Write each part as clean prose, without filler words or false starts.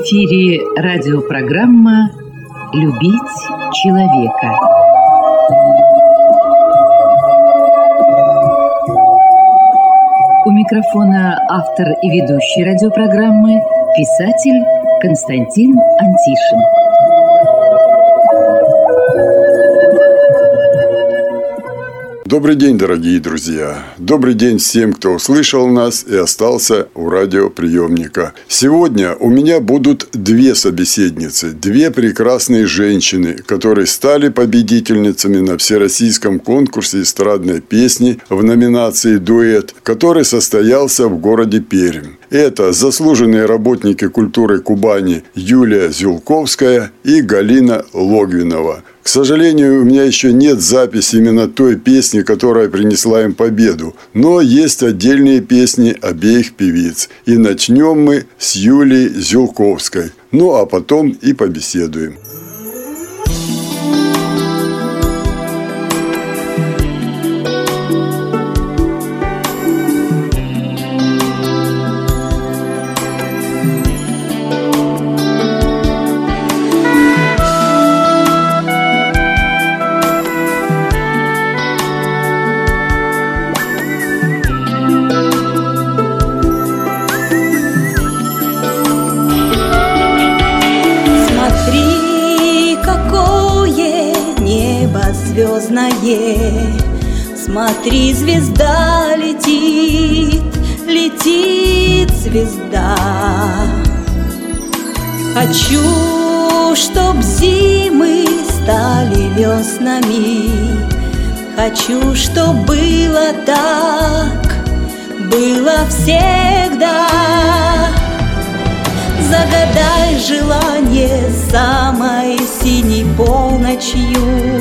эфире радиопрограмма «Любить человека». У микрофона автор и ведущий радиопрограммы писатель Константин Антишин. Добрый день, дорогие друзья! Добрый день всем, кто услышал нас и остался у радиоприемника. Сегодня у меня будут две собеседницы, две прекрасные женщины, которые стали победительницами на всероссийском конкурсе эстрадной песни в номинации «Дуэт», который состоялся в городе Пермь. Это заслуженные работники культуры Кубани Юлия Зюлковская и Галина Логвинова. К сожалению, у меня еще нет записи именно той песни, которая принесла им победу, но есть отдельные песни обеих певиц. И начнем мы с Юлии Зюлковской, ну а потом и побеседуем. Смотри, звезда летит, летит звезда. Хочу, чтоб зимы стали веснами. Хочу, чтоб было так, было всегда. Загадай желание самой синей полночью,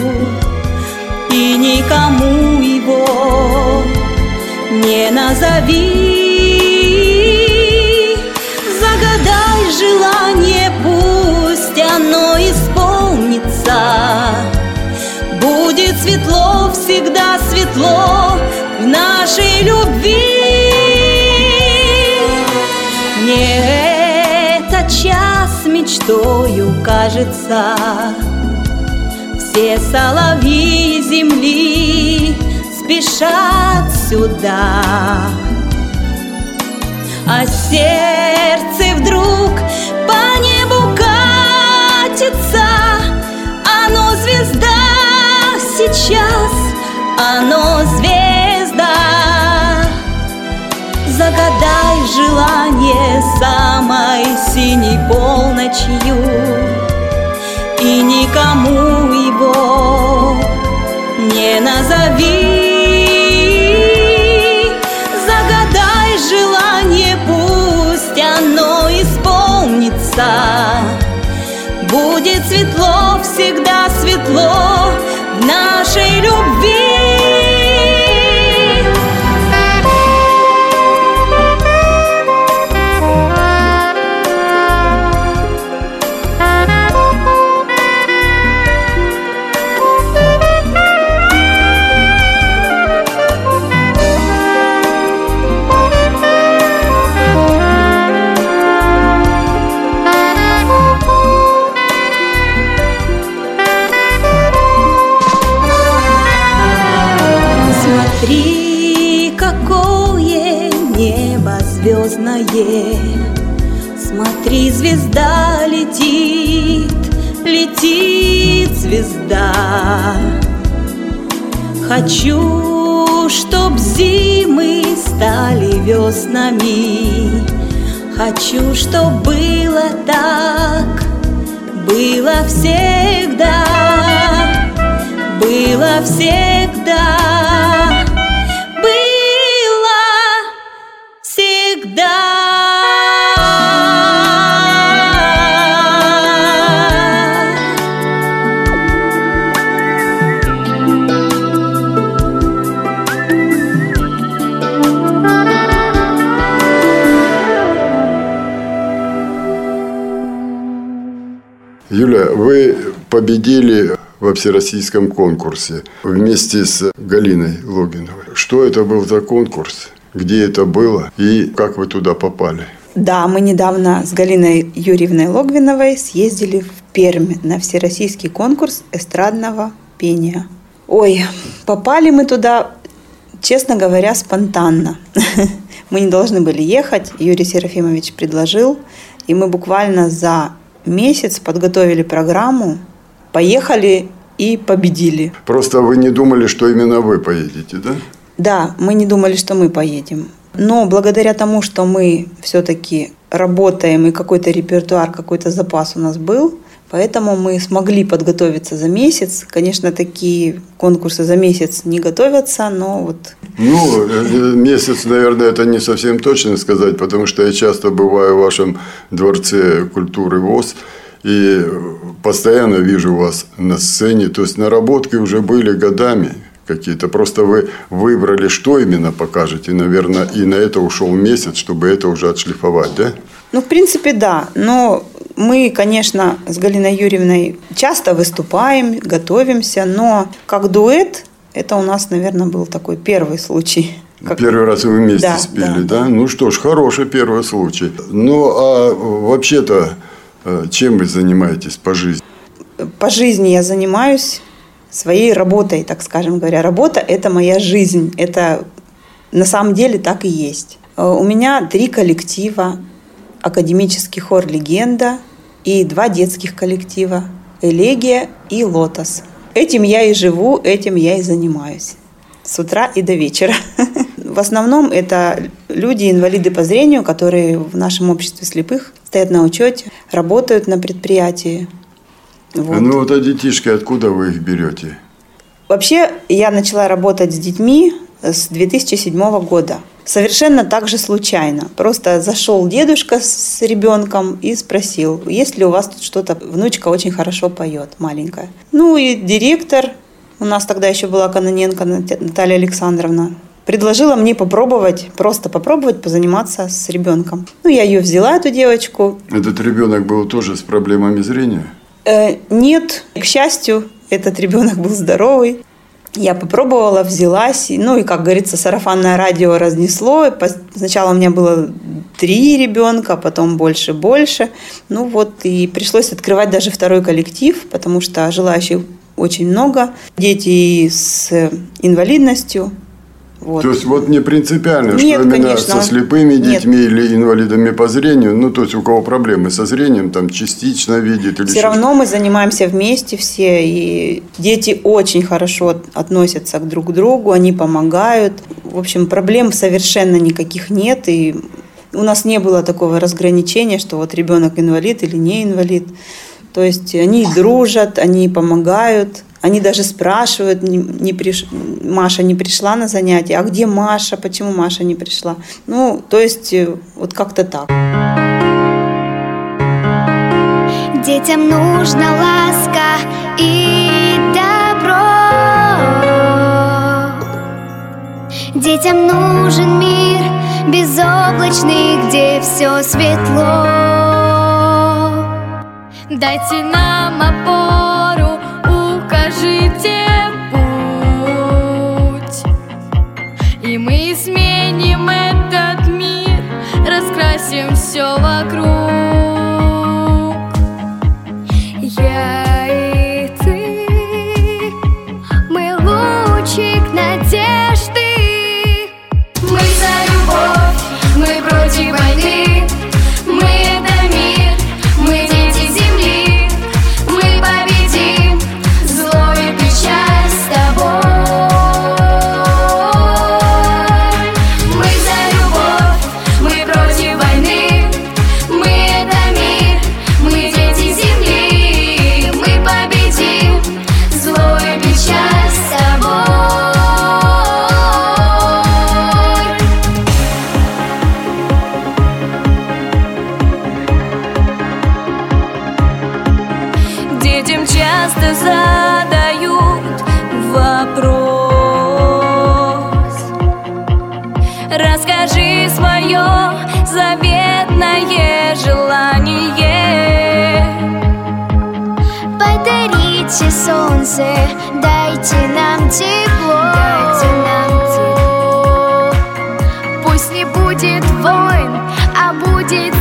и никому его не назови. Загадай желание, пусть оно исполнится. Будет светло, всегда светло в нашей любви. Мне этот час мечтою кажется. Все соловьи земли спешат сюда, а сердце вдруг по небу катится. Оно звезда сейчас, оно звезда. Загадай желание самой синей полночью, и никому его не назови. Загадай желание, пусть оно исполнится. Будет светло, всегда светло в нашей любви. Смотри, какое небо звездное. Смотри, звезда летит, летит звезда. Хочу, чтоб зимы стали веснами. Хочу, чтоб было так, было всегда, было всегда. Юля, вы победили во всероссийском конкурсе вместе с Галиной Логвиновой. Что это был за конкурс? Где это было и как вы туда попали? Да, мы недавно с Галиной Юрьевной Логвиновой съездили в Пермь на всероссийский конкурс эстрадного пения. Ой, попали мы туда, честно говоря, спонтанно. Мы не должны были ехать, Юрий Серафимович предложил, и мы буквально за месяц подготовили программу, поехали и победили. Просто вы не думали, что именно вы поедете, да? Да, мы не думали, что мы поедем. Но благодаря тому, что мы все-таки работаем, и какой-то репертуар, какой-то запас у нас был, поэтому мы смогли подготовиться за месяц. Конечно, такие конкурсы за месяц не готовятся, но вот... Месяц, наверное, это не совсем точно сказать, потому что я часто бываю в вашем Дворце культуры ВОС и постоянно вижу вас на сцене. То есть наработки уже были годами какие-то. Просто вы выбрали, что именно покажете, наверное, и на это ушел месяц, чтобы это уже отшлифовать, да? В принципе, да. Но мы, конечно, с Галиной Юрьевной часто выступаем, готовимся, но как дуэт, это у нас, наверное, был такой первый случай. Первый раз вы вместе спели, да? Ну что ж, хороший первый случай. Ну, а вообще-то, чем вы занимаетесь по жизни? По жизни я занимаюсь своей работой, так скажем говоря. Работа – это моя жизнь. Это на самом деле так и есть. У меня 3 коллектива. Академический хор «Легенда» и 2 детских коллектива «Элегия» и «Лотос». Этим я и живу, этим я и занимаюсь. С утра и до вечера. В основном это люди, инвалиды по зрению, которые в нашем обществе слепых стоят на учете, работают на предприятии. Вот. А детишки, откуда вы их берете? Вообще, я начала работать с детьми с 2007 года. Совершенно так же случайно. Просто зашел дедушка с ребенком и спросил, есть ли у вас тут что-то. Внучка очень хорошо поет, маленькая. И директор, у нас тогда еще была Кононенко Наталья Александровна, предложила мне просто попробовать позаниматься с ребенком. Я ее взяла, эту девочку. Этот ребенок был тоже с проблемами зрения? Нет, к счастью, этот ребенок был здоровый. Я попробовала, взялась, и, как говорится, сарафанное радио разнесло. Сначала у меня было 3 ребенка, потом больше. И пришлось открывать даже 2-й коллектив, потому что желающих очень много. Дети с инвалидностью. Вот. То есть не принципиально, Нет, что именно конечно. со слепыми детьми или инвалидами по зрению, то есть у кого проблемы со зрением, там частично видит или все равно мы занимаемся вместе все, и дети очень хорошо относятся друг к другу, они помогают. В общем, проблем совершенно никаких нет, и у нас не было такого разграничения, что ребенок инвалид или не инвалид. То есть они дружат, они помогают. Они даже спрашивают, Маша не пришла на занятия, а где Маша, почему Маша не пришла? То есть как-то так. Детям нужна ласка и добро. Детям нужен мир безоблачный, где все светло. Дайте нам опору, укажите путь, и мы изменим этот мир, раскрасим все вокруг. Я и ты, мы лучик надежды. Мы за любовь, мы против войны. Мы это мир, мы дети земли. Мы победим зло и печаль с тобой. Мы за любовь, мы против войны. Мы это мир, мы дети земли. Мы победим зло и печаль с тобой. Детям часто задают вопрос: расскажи свое заветное желание. Подарите солнце, дайте нам тепло. Пусть не будет войн, а будет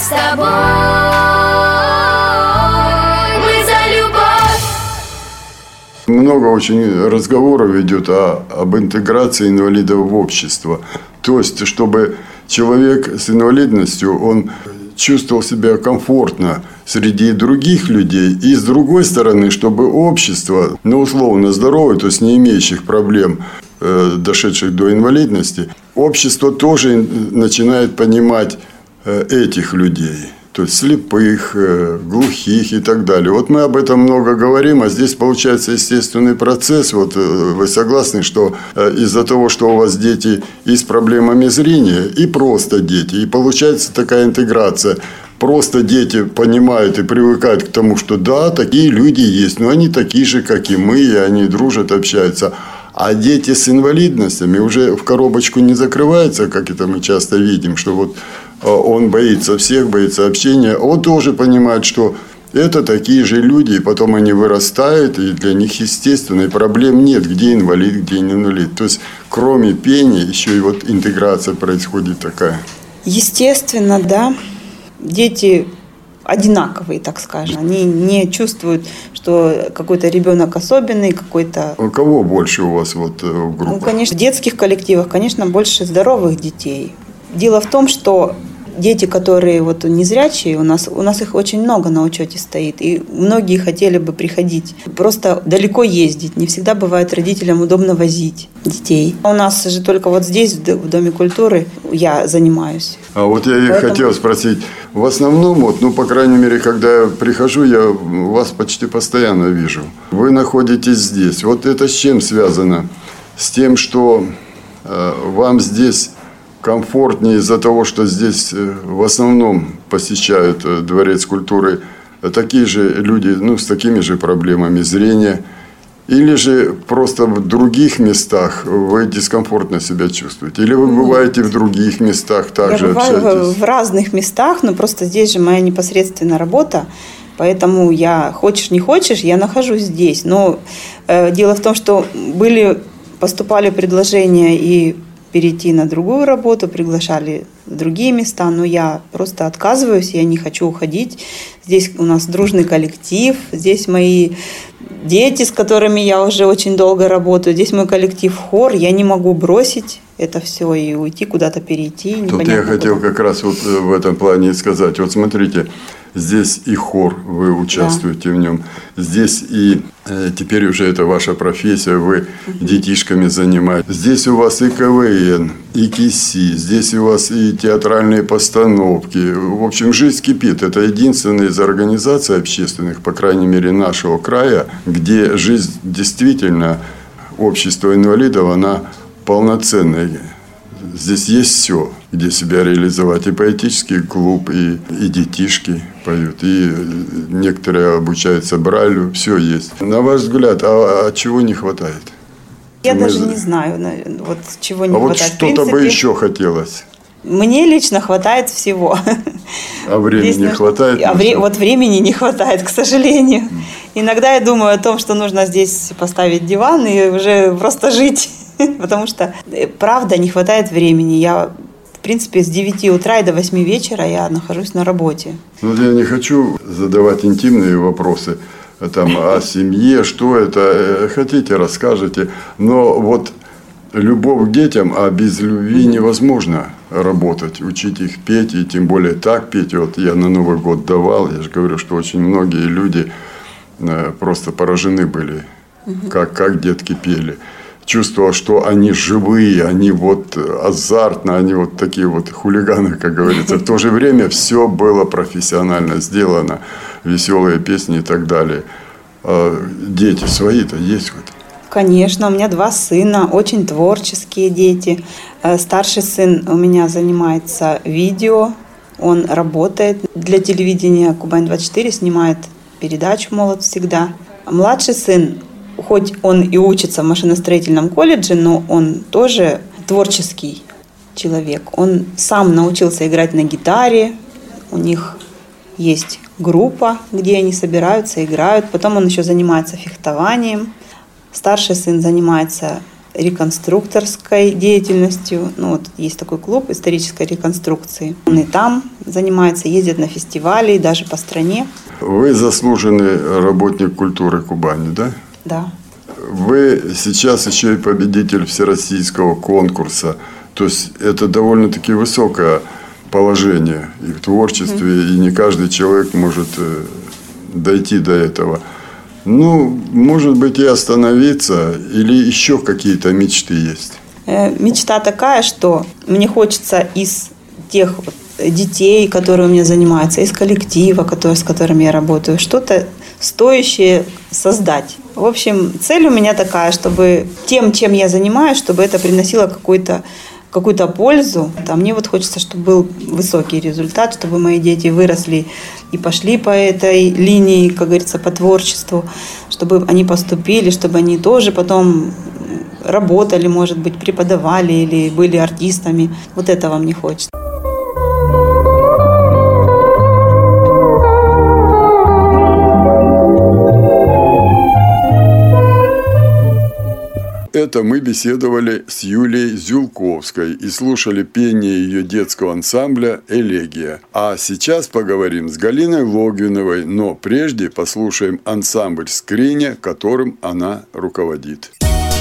с тобой. Мы за любовь. Много очень разговоров идет об интеграции инвалидов в общество. То есть, чтобы человек с инвалидностью, он чувствовал себя комфортно среди других людей. И с другой стороны, чтобы общество, условно здоровое, то есть не имеющих проблем, дошедших до инвалидности, общество тоже начинает понимать этих людей. То есть слепых, глухих и так далее. Вот мы об этом много говорим, а здесь получается естественный процесс. Вот вы согласны, что из-за того, что у вас дети и с проблемами зрения, и просто дети, и получается такая интеграция. Просто дети понимают и привыкают к тому, что да, такие люди есть, но они такие же, как и мы, и они дружат, общаются. А дети с инвалидностями уже в коробочку не закрываются, как это мы часто видим, что вот он боится всех, боится общения. Он тоже понимает, что это такие же люди, и потом они вырастают, и для них естественно, и проблем нет, где инвалид, где не инвалид. То есть, кроме пения, еще и вот интеграция происходит такая. Естественно, да. Дети одинаковые, так скажем. Они не чувствуют, что какой-то ребенок особенный, какой-то... У кого больше у вас вот в группах? Конечно, в детских коллективах, конечно, больше здоровых детей. Дело в том, что дети, которые вот незрячие, у нас их очень много на учете стоит, и многие хотели бы приходить. Просто далеко ездить, не всегда бывает родителям удобно возить детей. У нас же только вот здесь, в Доме культуры, я занимаюсь. А вот я и хотел спросить, в основном, вот, по крайней мере, когда я прихожу, я вас почти постоянно вижу. Вы находитесь здесь. Вот это с чем связано? С тем, что вам здесь комфортнее из-за того, что здесь в основном посещают Дворец культуры такие же люди, с такими же проблемами зрения, или же просто в других местах вы дискомфортно себя чувствуете? Или вы бываете в других местах также общаетесь? Я бываю в разных местах, но просто здесь же моя непосредственная работа, поэтому я, хочешь не хочешь, я нахожусь здесь. Но дело в том, что поступали предложения и перейти на другую работу, приглашали в другие места, но я просто отказываюсь, я не хочу уходить. Здесь у нас дружный коллектив, здесь мои дети, с которыми я уже очень долго работаю, здесь мой коллектив хор, я не могу бросить это все и уйти куда-то перейти. Тут я хотел как раз вот в этом плане сказать. Вот смотрите, здесь и хор, вы участвуете в нем. Здесь и теперь уже это ваша профессия, вы детишками занимаетесь. Здесь у вас и КВН, и КИСИ, здесь у вас и театральные постановки. В общем, жизнь кипит. Это единственная из организаций общественных, по крайней мере, нашего края, где жизнь действительно, общество инвалидов, она полноценная. Здесь есть все, где себя реализовать. И поэтический клуб, и детишки поют, и некоторые обучаются Брайлю. Все есть. На ваш взгляд, а чего не хватает? Я даже не знаю, вот чего не хватает. Вот что-то бы еще хотелось. Мне лично хватает всего. А времени не хватает? Вот времени не хватает, к сожалению. Иногда я думаю о том, что нужно здесь поставить диван и уже просто жить. Потому что, правда, не хватает времени. Я, в принципе, с 9 утра и до 8 вечера я нахожусь на работе. Я не хочу задавать интимные вопросы о семье, что это. Хотите, расскажете. Но вот любовь к детям, а без любви невозможно работать, учить их петь, и тем более так петь. Вот я на Новый год давал, я же говорю, что очень многие люди просто поражены были, как детки пели. Чувствовал, что они живые, они вот азартно, они вот такие вот хулиганы, как говорится. В то же время все было профессионально сделано, веселые песни и так далее. А дети свои-то есть вот? Конечно, у меня 2 сына, очень творческие дети. Старший сын у меня занимается видео, он работает для телевидения Кубань-24, снимает передачу «Молод всегда». Младший сын, хоть он и учится в машиностроительном колледже, но он тоже творческий человек. Он сам научился играть на гитаре, у них есть группа, где они собираются, играют. Потом он еще занимается фехтованием. Старший сын занимается реконструкторской деятельностью. Ну, вот есть такой клуб исторической реконструкции. Он и там занимается, ездит на фестивали, и даже по стране. Вы заслуженный работник культуры Кубани, да? Да. Вы сейчас еще и победитель всероссийского конкурса. То есть это довольно-таки высокое положение и в творчестве, и не каждый человек может дойти до этого. Ну, может быть, и остановиться, или еще какие-то мечты есть? Мечта такая, что мне хочется из тех детей, которые у меня занимаются, из коллектива, с которым я работаю, что-то стоящее создать. В общем, цель у меня такая, чтобы тем, чем я занимаюсь, чтобы это приносило какую-то пользу. А мне вот хочется, чтобы был высокий результат, чтобы мои дети выросли и пошли по этой линии, как говорится, по творчеству, чтобы они поступили, чтобы они тоже потом работали, может быть, преподавали или были артистами. Вот этого мне хочется. Это мы беседовали с Юлией Зюлковской и слушали пение ее детского ансамбля «Элегия». А сейчас поговорим с Галиной Логвиновой, но прежде послушаем ансамбль «Скриня», которым она руководит.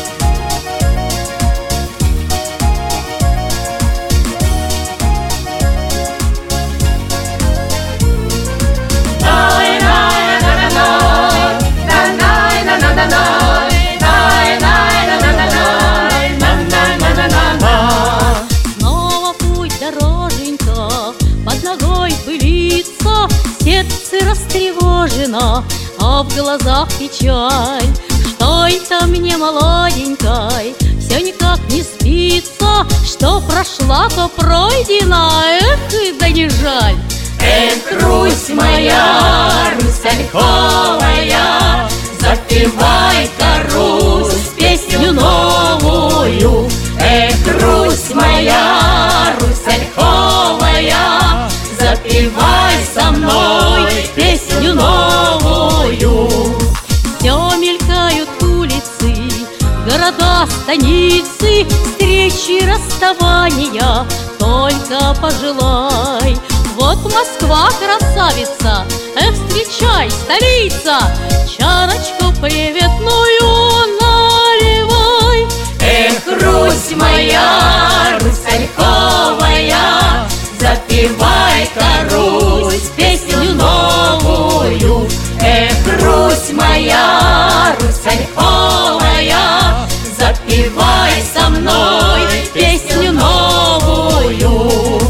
Сердце растревожено, а в глазах печаль. Что это мне, молоденькой, все никак не спится? Что прошла, то пройдена, эх, да не жаль. Эх, Русь моя, Русь ольховая, запевай-ка, Русь, песню новую. Эх, Русь моя, Русь ольховая, запевай со мной песню новую. Все мелькают улицы, города, станицы, встречи, расставания, только пожелай. Вот Москва, красавица, эх, встречай, столица, чарочку приветную наливай. Эх, Русь моя, Русь ольховая, запевай-ка, Русь, песню новую. Эх, Русь моя, Русь ольховая, запевай со мной песню новую.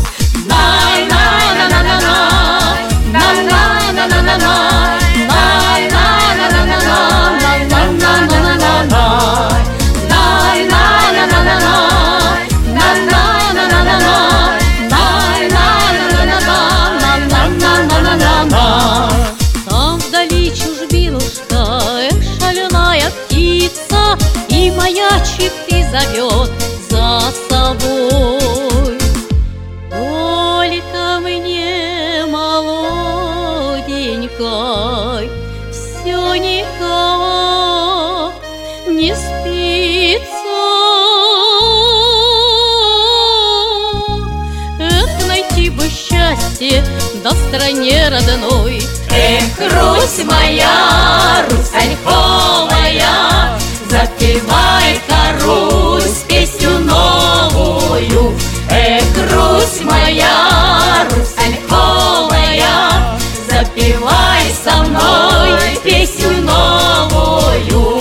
Маячит и зовет за собой. Только мне, молоденькой, все никак не спится. Эх, найти бы счастье, да в стране родной. Эх, Русь моя, Русь ольховая, запевай-ка, Русь, песню новую. Эх, Русь моя, Русь ольховая, запевай со мной песню новую.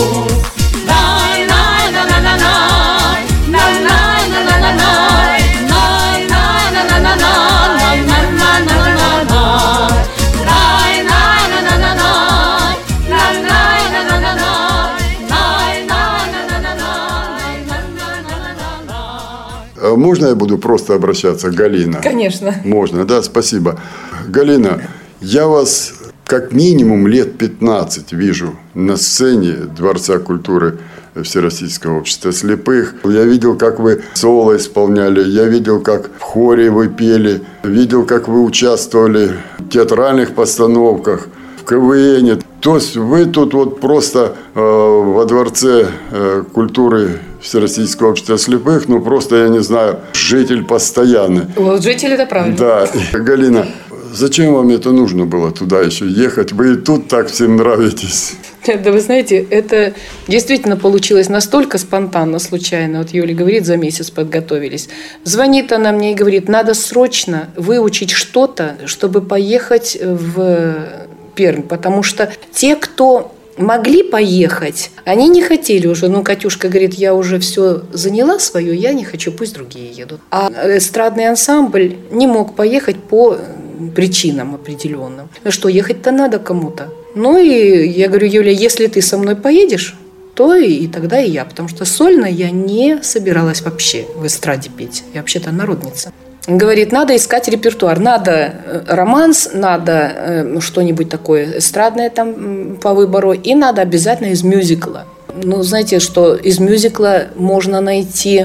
Можно я буду просто обращаться, Галина? Конечно. Можно, да, спасибо. Галина, я вас как минимум лет 15 вижу на сцене Дворца культуры Всероссийского общества слепых. Я видел, как вы соло исполняли, я видел, как в хоре вы пели, видел, как вы участвовали в театральных постановках, в КВН. То есть вы тут вот просто во Дворце культуры Всероссийского общества слепых, ну просто, я не знаю, житель постоянный. Вот житель, это правильно. Да, Галина, зачем вам это нужно было туда еще ехать? Вы и тут так всем нравитесь. Да вы знаете, это действительно получилось настолько спонтанно, случайно. Вот Юля говорит, за месяц подготовились. Звонит она мне и говорит, надо срочно выучить что-то, чтобы поехать в Пермь. Потому что те, кто могли поехать, они не хотели уже. Ну, Катюшка говорит, я уже все заняла свое, я не хочу, пусть другие едут. А эстрадный ансамбль не мог поехать по причинам определенным. Ну что, ехать-то надо кому-то. Ну и я говорю, Юля, если ты со мной поедешь, то и тогда и я. Потому что сольно я не собиралась вообще в эстраде петь. Я вообще-то народница. Говорит, надо искать репертуар, надо романс, надо что-нибудь такое эстрадное там по выбору, и надо обязательно из мюзикла. Ну, знаете, что из мюзикла можно найти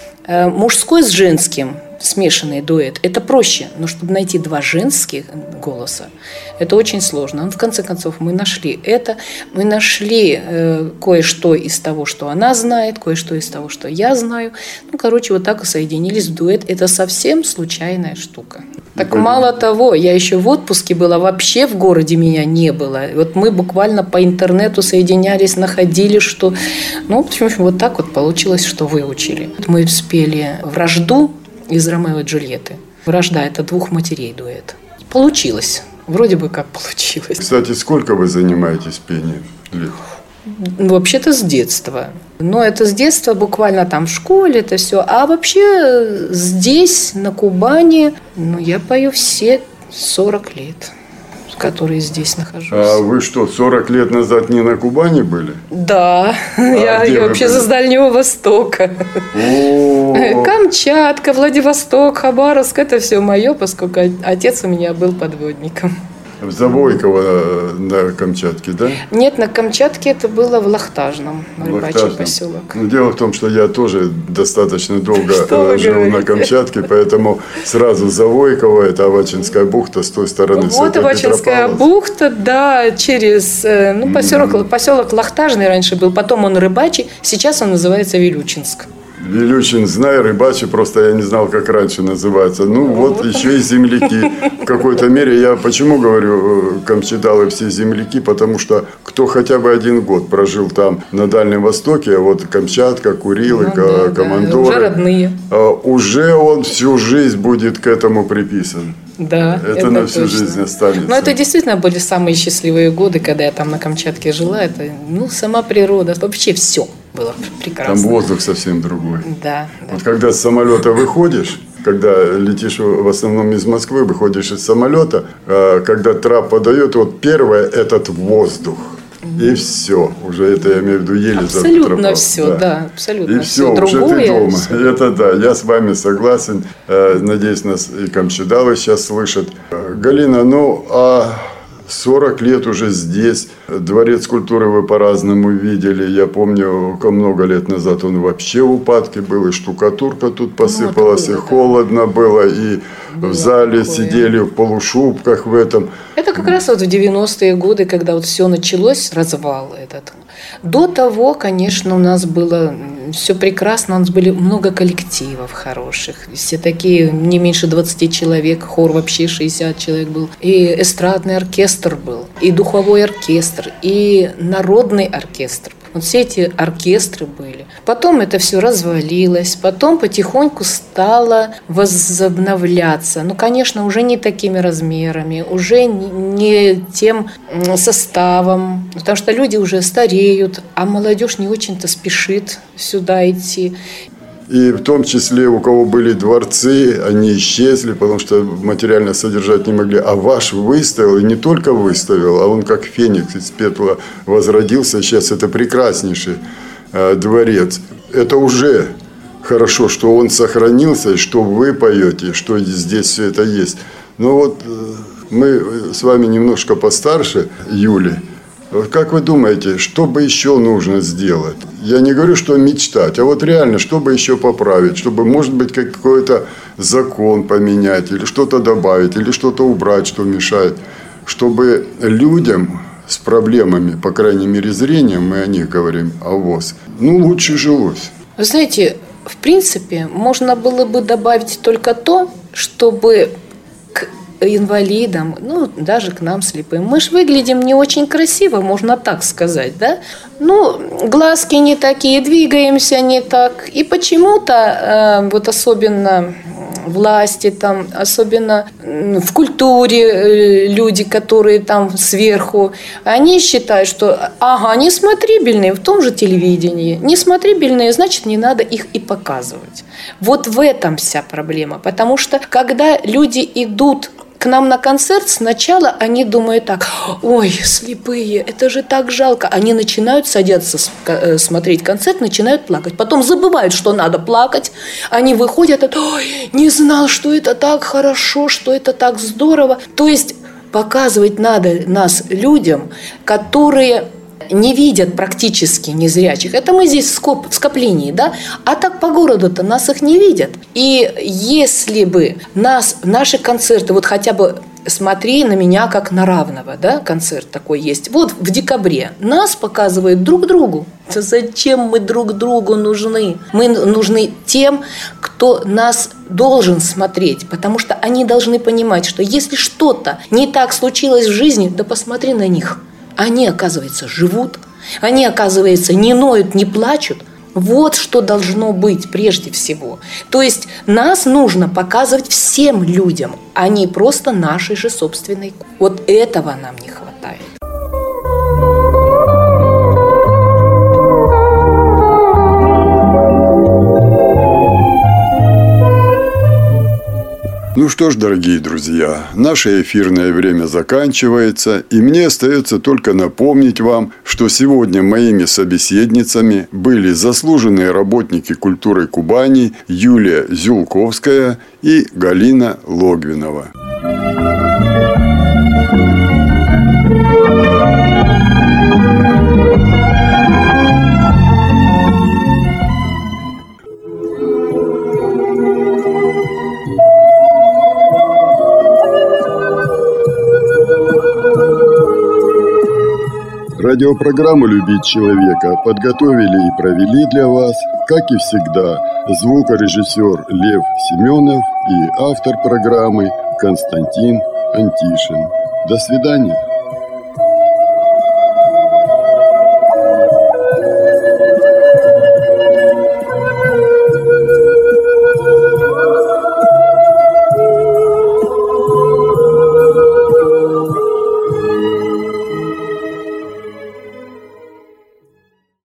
мужской с женским, смешанный дуэт. Это проще, но чтобы найти два женских голоса, это очень сложно. Но в конце концов мы нашли это. Мы нашли кое-что из того, что она знает, кое-что из того, что я знаю. Ну, короче, вот так и соединились в дуэт. Это совсем случайная штука. Так мало того, я еще в отпуске была, вообще в городе меня не было. Вот мы буквально по интернету соединялись, находили, что... Ну, в общем, вот так вот получилось, что выучили. Мы спели «Вражду» из «Ромео и Джульетты». «Вражда» – это двух матерей дуэт. Получилось. Вроде бы как получилось. Кстати, сколько вы занимаетесь пением лет? Вообще-то с детства. Но это с детства, буквально там в школе, это все. А вообще здесь, на Кубани, я пою все 40 лет, которые здесь нахожусь. А вы что, 40 лет назад не на Кубани были? Да, я вообще с Дальнего Востока. Камчатка, Владивосток, Хабаровск, это все мое, поскольку отец у меня был подводником. В Завойково на Камчатке, да? Нет, на Камчатке это было в Лахтажном, рыбачий поселок. Дело в том, что я тоже достаточно долго жил на Камчатке, поэтому сразу Завойково, это Авачинская бухта, с той стороны. Вот Авачинская бухта, да, через поселок Лахтажный раньше был, потом он рыбачий, сейчас он называется Вилючинск. Вилючин, знаю, рыбачий, просто я не знал, как раньше называется. Вот еще и земляки. В какой-то мере, я почему говорю, камчедалы все земляки, потому что кто хотя бы один год прожил там, на Дальнем Востоке, а вот Камчатка, Курилы, Командоры. Уже родные. Уже он всю жизнь будет к этому приписан. Да, это на всю жизнь останется. Но это действительно были самые счастливые годы, когда я там на Камчатке жила. Это, сама природа, вообще все было прекрасно. Там воздух совсем другой. Да. Вот когда с самолета выходишь, когда летишь в основном из Москвы, выходишь из самолета, когда трап подает, вот первое этот воздух. И все. Уже это, я имею в виду, еле абсолютно все, да. Абсолютно и все, уже ты дома. Это да, я с вами согласен. Надеюсь, нас и камчедалы сейчас слышат. Галина, 40 лет уже здесь. Дворец культуры вы по-разному видели. Я помню, много лет назад он вообще в упадке был. И штукатурка тут посыпалась, и холодно было, и в зале сидели в полушубках в этом. Это как раз вот в 90-е годы, когда вот все началось, развал этот. До того, конечно, у нас было все прекрасно, у нас были много коллективов хороших. Все такие, не меньше 20 человек, хор вообще 60 человек был. И эстрадный оркестр был, и духовой оркестр, и народный оркестр. Вот все эти оркестры были. Потом это все развалилось, потом потихоньку стало возобновляться. Конечно, уже не такими размерами, уже не тем составом, потому что люди уже стареют, а молодежь не очень-то спешит сюда идти. И в том числе, у кого были дворцы, они исчезли, потому что материально содержать не могли. А ваш выставил, и не только выставил, а он как феникс из пепла возродился. Сейчас это прекраснейший дворец. Это уже хорошо, что он сохранился, и что вы поете, что здесь все это есть. Но мы с вами немножко постарше Юли. Как вы думаете, что бы еще нужно сделать? Я не говорю, что мечтать, а реально, что бы еще поправить, чтобы, может быть, какой-то закон поменять, или что-то добавить, или что-то убрать, что мешает, чтобы людям с проблемами, по крайней мере, зрения, мы о них говорим, АВОС, лучше жилось. Вы знаете, в принципе, можно было бы добавить только то, чтобы к инвалидам, ну, даже к нам слепым. Мы же выглядим не очень красиво, можно так сказать, да? Ну, глазки не такие, двигаемся не так. И почему-то, вот особенно власти, там, особенно в культуре люди, которые там сверху, они считают, что несмотрибельные в том же телевидении. Несмотрибельные, значит, не надо их и показывать. Вот в этом вся проблема. Потому что, когда люди идут к нам на концерт, сначала они думают так: ой, слепые, это же так жалко. Они начинают садиться смотреть концерт, начинают плакать. Потом забывают, что надо плакать. Они выходят, ой, не знал, что это так хорошо, что это так здорово. То есть показывать надо нас людям, которые не видят практически незрячих. Это мы здесь в скоплении, да? А так по городу-то нас их не видят. И если бы наши концерты, вот хотя бы «Смотри на меня как на равного», да, концерт такой есть. Вот в декабре нас показывают друг другу. Да зачем мы друг другу нужны? Мы нужны тем, кто нас должен смотреть, потому что они должны понимать, что если что-то не так случилось в жизни, да посмотри на них. Они, оказывается, живут, они, оказывается, не ноют, не плачут. Вот что должно быть прежде всего. То есть нас нужно показывать всем людям, а не просто нашей же собственной. Вот этого нам не хватает. Ну что ж, дорогие друзья, наше эфирное время заканчивается, и мне остается только напомнить вам, что сегодня моими собеседницами были заслуженные работники культуры Кубани Юлия Зюлковская и Галина Логвинова. Радиопрограмму «Любить человека» подготовили и провели для вас, как и всегда, звукорежиссер Лев Семенов и автор программы Константин Антишин. До свидания.